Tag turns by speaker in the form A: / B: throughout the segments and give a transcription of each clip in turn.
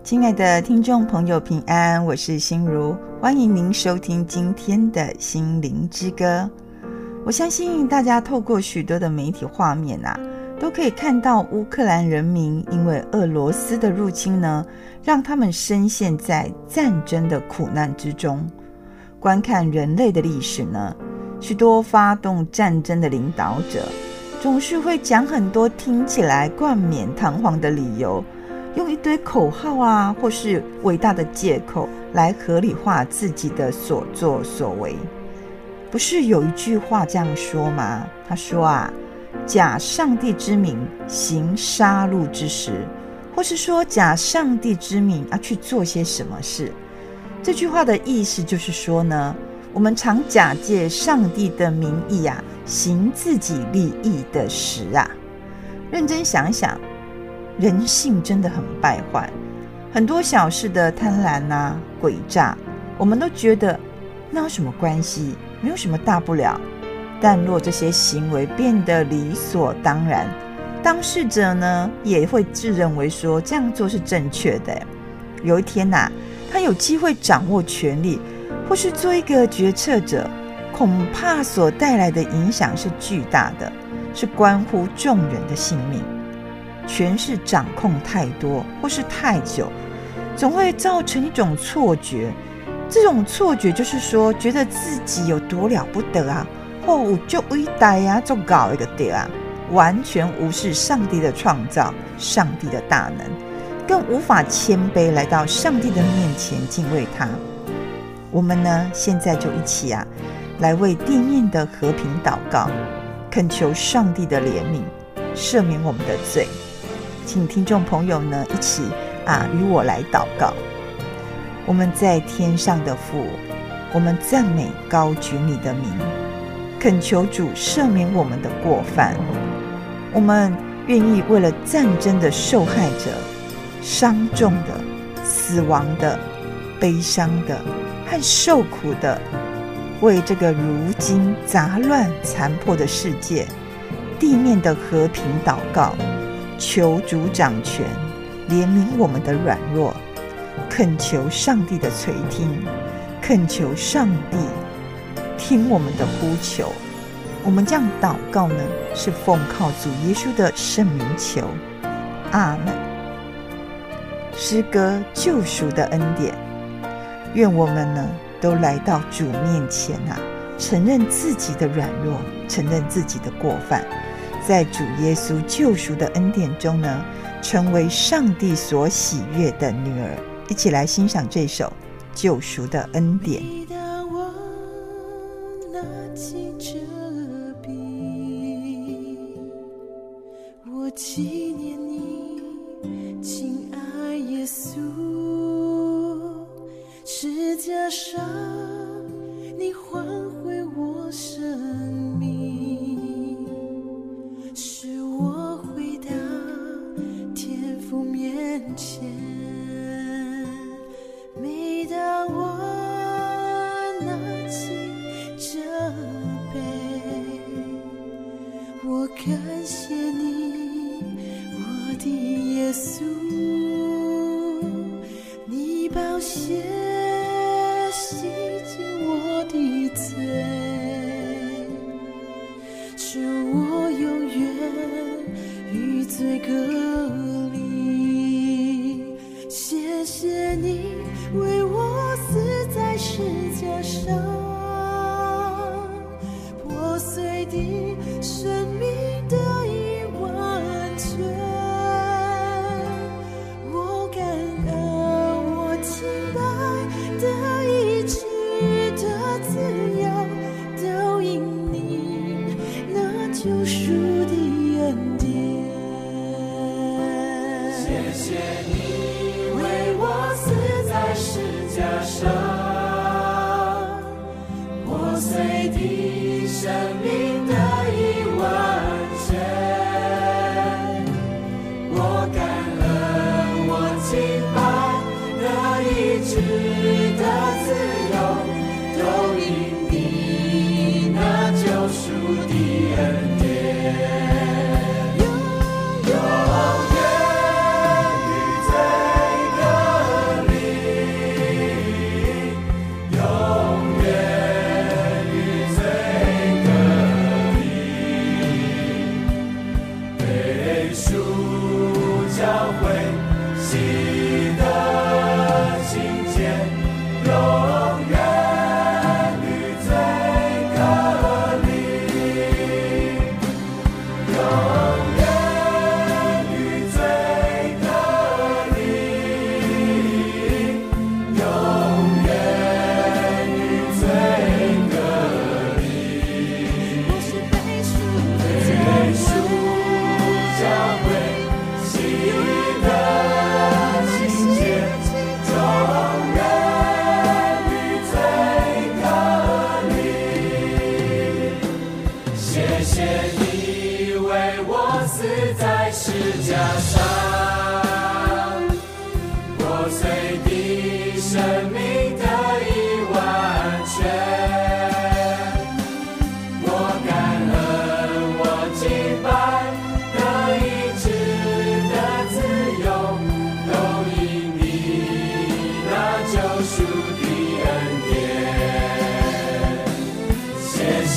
A: 亲爱的听众朋友平安，我是心如，欢迎您收听今天的心灵之歌。我相信大家透过许多的媒体画面都可以看到乌克兰人民因为俄罗斯的入侵呢，让他们深陷在战争的苦难之中。观看人类的历史呢，许多发动战争的领导者总是会讲很多听起来冠冕堂皇的理由，用一堆口号或是伟大的借口来合理化自己的所作所为。不是有一句话这样说吗？他说假上帝之名行杀戮之实，或是说假上帝之名去做些什么事。这句话的意思就是说呢，我们常假借上帝的名义行自己利益的实认真想想，人性真的很败坏，很多小事的贪婪诡诈，我们都觉得那有什么关系，没有什么大不了。但若这些行为变得理所当然，当事者呢也会自认为说这样做是正确的。有一天他有机会掌握权力，或是做一个决策者，恐怕所带来的影响是巨大的，是关乎众人的性命。权势掌控太多或是太久，总会造成一种错觉，这种错觉就是说觉得自己有多了不得有就伟大就搞一个对完全无视上帝的创造，上帝的大能，更无法谦卑来到上帝的面前敬畏他。我们呢，现在就一起来为地面的和平祷告，恳求上帝的怜悯，赦免我们的罪。请听众朋友呢一起与我来祷告。我们在天上的父，我们赞美高举你的名，恳求主赦免我们的过犯。我们愿意为了战争的受害者、伤重的、死亡的、悲伤的和受苦的，为这个如今杂乱残破的世界、地面的和平祷告，求主掌权，怜悯我们的软弱，恳求上帝的垂听，恳求上帝听我们的呼求。我们这样祷告呢，是奉靠主耶稣的圣名求，阿们。诗歌救赎的恩典，愿我们呢都来到主面前承认自己的软弱，承认自己的过犯，在主耶稣救赎的恩典中呢，成为上帝所喜悦的女儿。一起来欣赏这首救赎的恩典。
B: 我纪念你，亲爱耶稣，十字架上你换回我生命，使我回到天父面前。每当我拿起这杯，我感谢你，我的耶稣，你宝血洗净我的罪，使我永远与罪隔离。谢谢你为我死在十字架上，破碎的生命得以完全。我感恩，我敬拜，得医治的自由，都因你那救赎的恩典。谢谢你为我死在十字架上，破碎的生命得以完全。我感恩，我敬拜，得医治的自由，都因你那救赎的恩典。永远与罪隔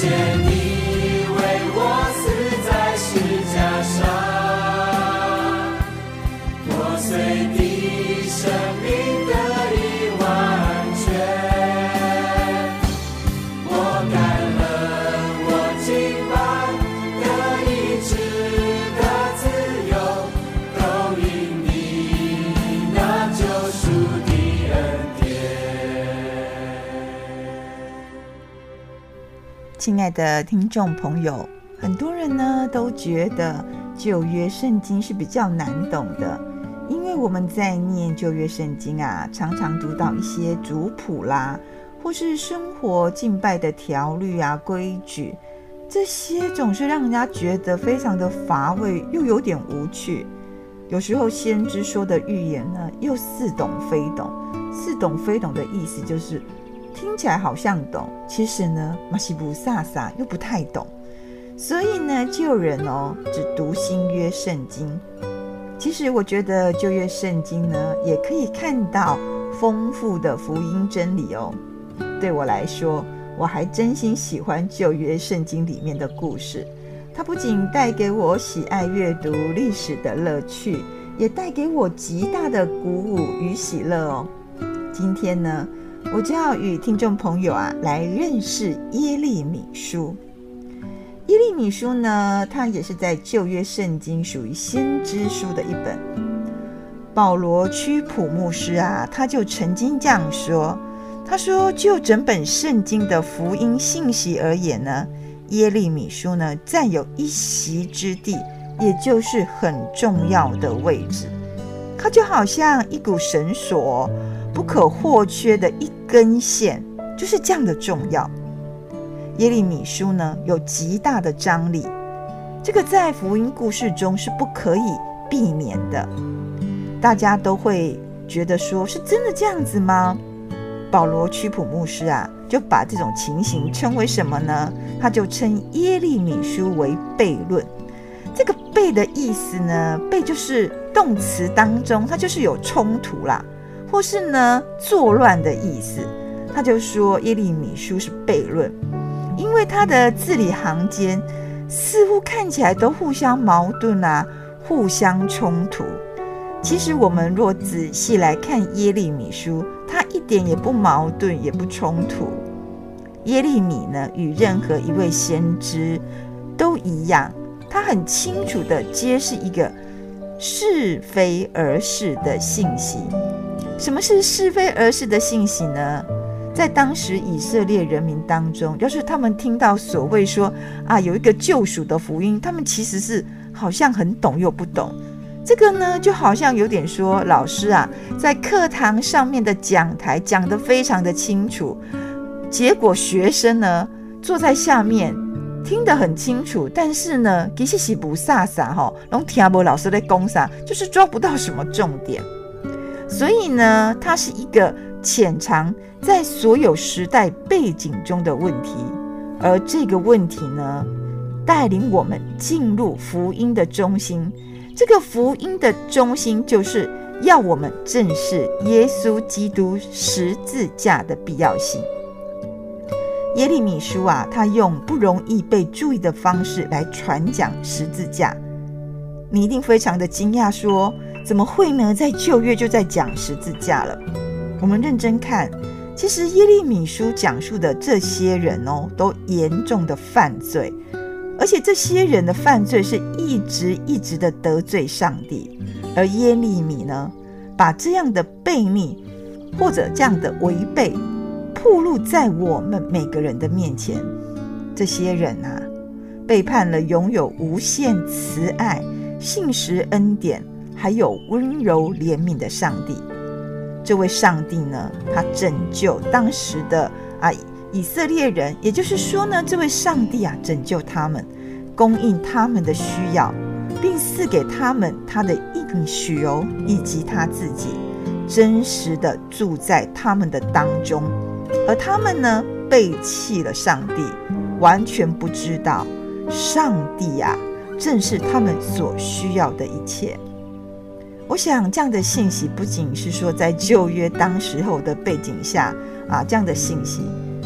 B: 谢你为我死在十架上，破碎的生命得以完全。我感恩，我敬拜，得医治的自由，都因你那救赎的恩典。
A: 亲爱的听众朋友，很多人呢都觉得旧约圣经是比较难懂的，因为我们在念旧约圣经啊，常常读到一些族谱啦，或是生活敬拜的条律啊、规矩，这些总是让人家觉得非常的乏味，又有点无趣。有时候先知说的预言呢，又似懂非懂。似懂非懂的意思就是听起来好像懂，其实呢嘛是不飒飒，又不太懂。所以呢，就有人只读新约圣经。其实我觉得旧约圣经呢，也可以看到丰富的福音真理哦。对我来说，我还真心喜欢旧约圣经里面的故事，它不仅带给我喜爱阅读历史的乐趣，也带给我极大的鼓舞与喜乐哦。今天呢，我就要与听众朋友来认识耶利米书。耶利米书呢，它也是在旧约圣经属于先知书的一本。保罗屈普牧师他就曾经这样说，他说就整本圣经的福音信息而言呢，耶利米书呢占有一席之地，也就是很重要的位置。它就好像一股绳索，不可或缺的一根线，就是这样的重要。耶利米书呢有极大的张力，这个在福音故事中是不可以避免的。大家都会觉得说，是真的这样子吗？保罗屈普牧师就把这种情形称为什么呢？他就称耶利米书为悖论。这个悖的意思呢，悖就是动词当中它就是有冲突啦，或是呢作乱的意思。他就说耶利米书是悖论，因为它的字里行间似乎看起来都互相矛盾互相冲突。其实我们若仔细来看耶利米书，它一点也不矛盾，也不冲突。耶利米呢，与任何一位先知都一样，他很清楚地揭示一个是非而是的信息。什么是是非而是的信息呢？在当时以色列人民当中，要是他们听到所谓说有一个救赎的福音，他们其实是好像很懂又不懂。这个呢，就好像有点说老师在课堂上面的讲台讲得非常的清楚，结果学生呢坐在下面听得很清楚，但是呢其实是不飒飒都听不老师在讲啥，就是抓不到什么重点。所以呢，它是一个潜藏在所有时代背景中的问题，而这个问题呢，带领我们进入福音的中心。这个福音的中心就是要我们正视耶稣基督十字架的必要性。耶利米书他用不容易被注意的方式来传讲十字架。你一定非常的惊讶说，怎么会呢？在旧约就在讲十字架了。我们认真看，其实耶利米书讲述的这些人都严重的犯罪，而且这些人的犯罪是一直的得罪上帝。而耶利米呢，把这样的悖逆或者这样的违背暴露在我们每个人的面前。这些人背叛了拥有无限慈爱、信实恩典还有温柔怜悯的上帝。这位上帝呢，他拯救当时的以色列人，也就是说呢，这位上帝拯救他们，供应他们的需要，并赐给他们他的应许以及他自己，真实的住在他们的当中。而他们呢，背弃了上帝，完全不知道上帝正是他们所需要的一切。我想这样的信息不仅是说在旧约当时候的背景下这样的信息，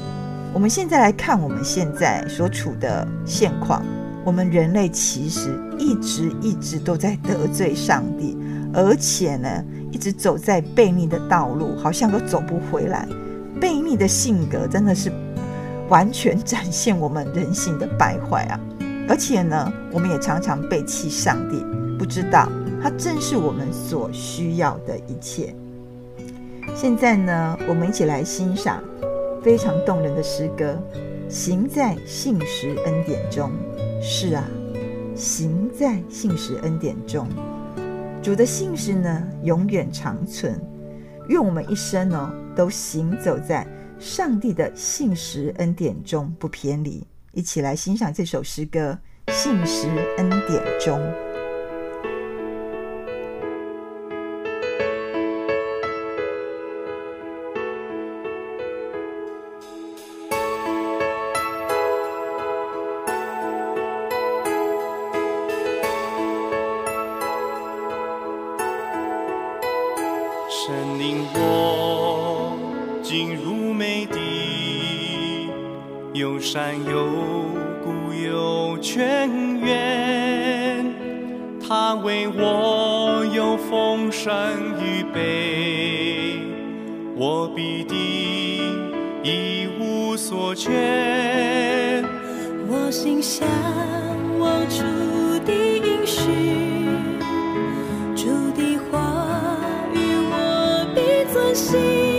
A: 我们现在来看我们现在所处的现况，我们人类其实一直都在得罪上帝，而且呢一直走在悖逆的道路，好像都走不回来。悖逆的性格真的是完全展现我们人性的败坏啊！而且呢，我们也常常背弃上帝，不知道他正是我们所需要的一切。现在呢，我们一起来欣赏非常动人的诗歌，行在信实恩典中。是啊，行在信实恩典中，主的信实呢永远长存。愿我们一生呢都行走在上帝的信实恩典中，不偏离。一起来欣赏这首诗歌《信实恩典中》。
B: 神领我进入美地，有山有谷有泉源，他为我有丰盛预备，我必定一无所缺。
C: 我心向往主的应许，主的话遵行，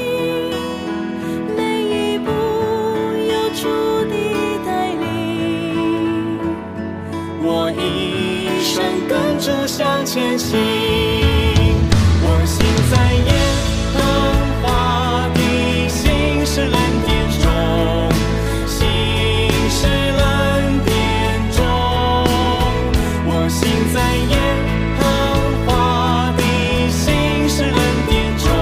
C: 每一步有主的带领，
B: 我一生跟主向前行。我行在耶和华的信实恩典中，信实恩典中，我行在耶和华的信实恩典中。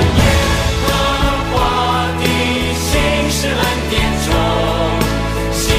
B: 信实恩典中。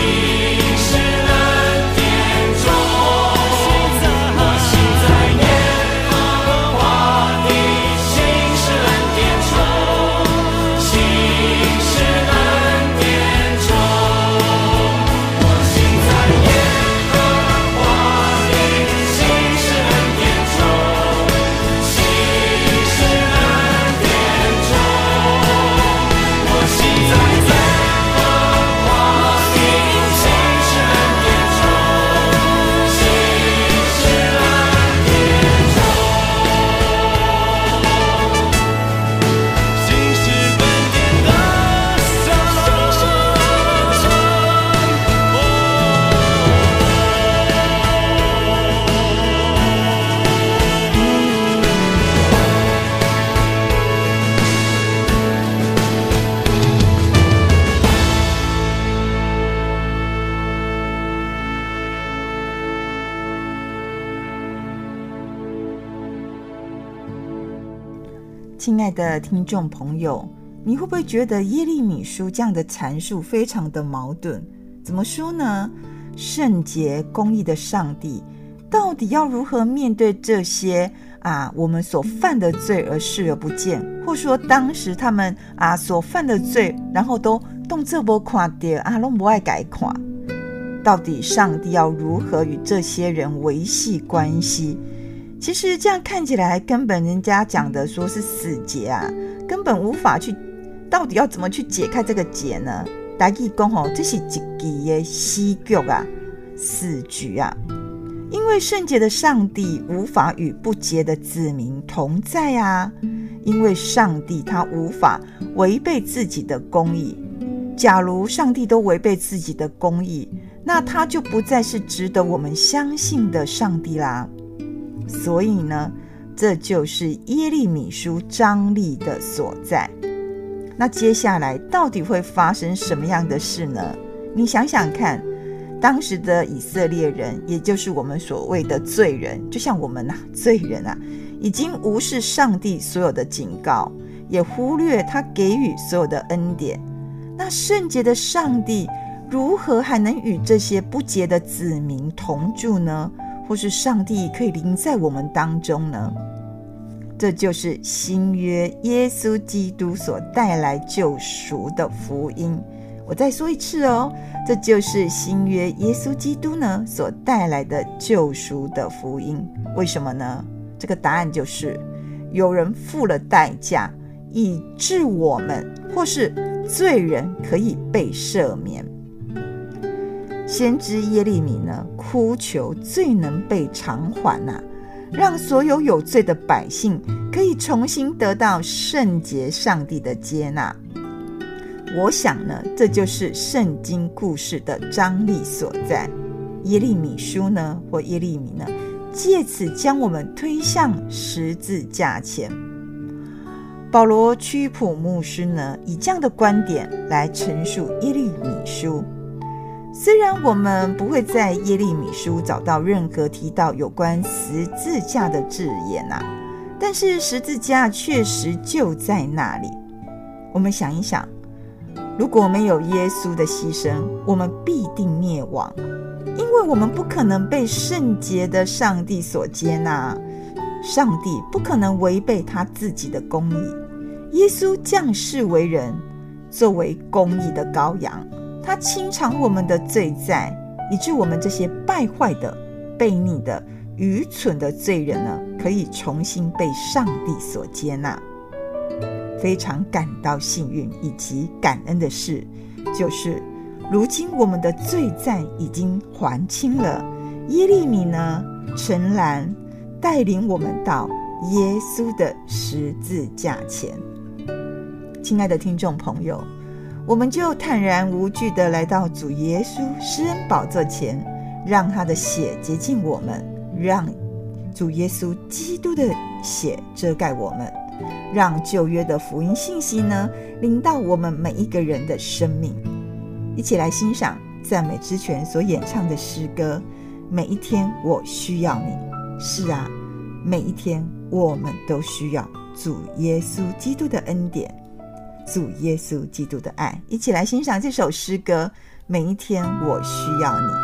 A: 亲爱的听众朋友，你会不会觉得耶利米书这样的阐述非常的矛盾？怎么说呢？圣洁公义的上帝到底要如何面对这些我们所犯的罪而视而不见，或说当时他们所犯的罪，然后都当作没看到都不爱改看？到底上帝要如何与这些人维系关系？其实这样看起来，根本人家讲的说是死结根本无法去，到底要怎么去解开这个结呢？台语说这是一支的死局死局因为圣洁的上帝无法与不洁的子民同在因为上帝他无法违背自己的公义。假如上帝都违背自己的公义，那他就不再是值得我们相信的上帝啦。所以呢，这就是耶利米书张力的所在。那接下来到底会发生什么样的事呢？你想想看，当时的以色列人，也就是我们所谓的罪人，就像我们罪人已经无视上帝所有的警告，也忽略他给予所有的恩典。那圣洁的上帝如何还能与这些不洁的子民同住呢？或是上帝可以临在我们当中呢？这就是新约耶稣基督所带来救赎的福音。我再说一次这就是新约耶稣基督呢所带来的救赎的福音。为什么呢？这个答案就是有人付了代价，以致我们或是罪人可以被赦免。先知耶利米呢哭求罪能被偿还让所有有罪的百姓可以重新得到圣洁上帝的接纳。我想呢，这就是圣经故事的张力所在。耶利米书呢，或耶利米呢，借此将我们推向十字架前。保罗屈普牧师呢，以这样的观点来陈述耶利米书。虽然我们不会在耶利米书找到任何提到有关十字架的字眼但是十字架确实就在那里。我们想一想，如果没有耶稣的牺牲，我们必定灭亡，因为我们不可能被圣洁的上帝所接纳，上帝不可能违背他自己的公义。耶稣降世为人，作为公义的羔羊，他清偿我们的罪债，以致我们这些败坏的、悖逆的、愚蠢的罪人呢，可以重新被上帝所接纳。非常感到幸运以及感恩的事，就是如今我们的罪债已经还清了。耶利米呢，诚然带领我们到耶稣的十字架前。亲爱的听众朋友，我们就坦然无惧地来到主耶稣施恩宝座前，让他的血洁净我们，让主耶稣基督的血遮盖我们，让旧约的福音信息呢临到我们每一个人的生命。一起来欣赏赞美之泉所演唱的诗歌，每一天我需要你。是啊，每一天我们都需要主耶稣基督的恩典，主耶稣基督的爱。一起来欣赏这首诗歌，每一天我需要你。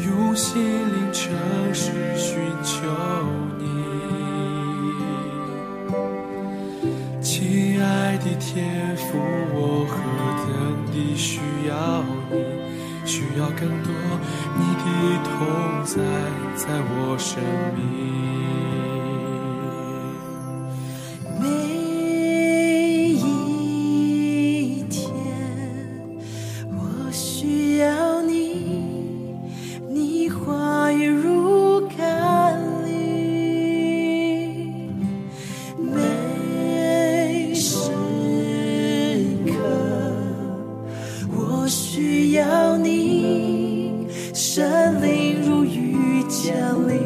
B: 用心灵诚实寻求你。亲爱的天父，我何等地需要你，需要更多你的同在在我生命。
C: 每一天我需要你，你话语如甘霖，每时刻我需要你，神灵如雨降临。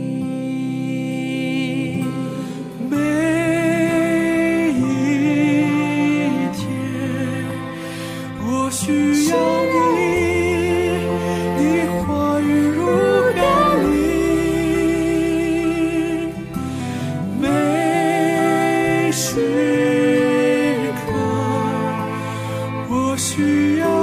B: 每一天我需要你，你话语如甘霖，每时刻我需要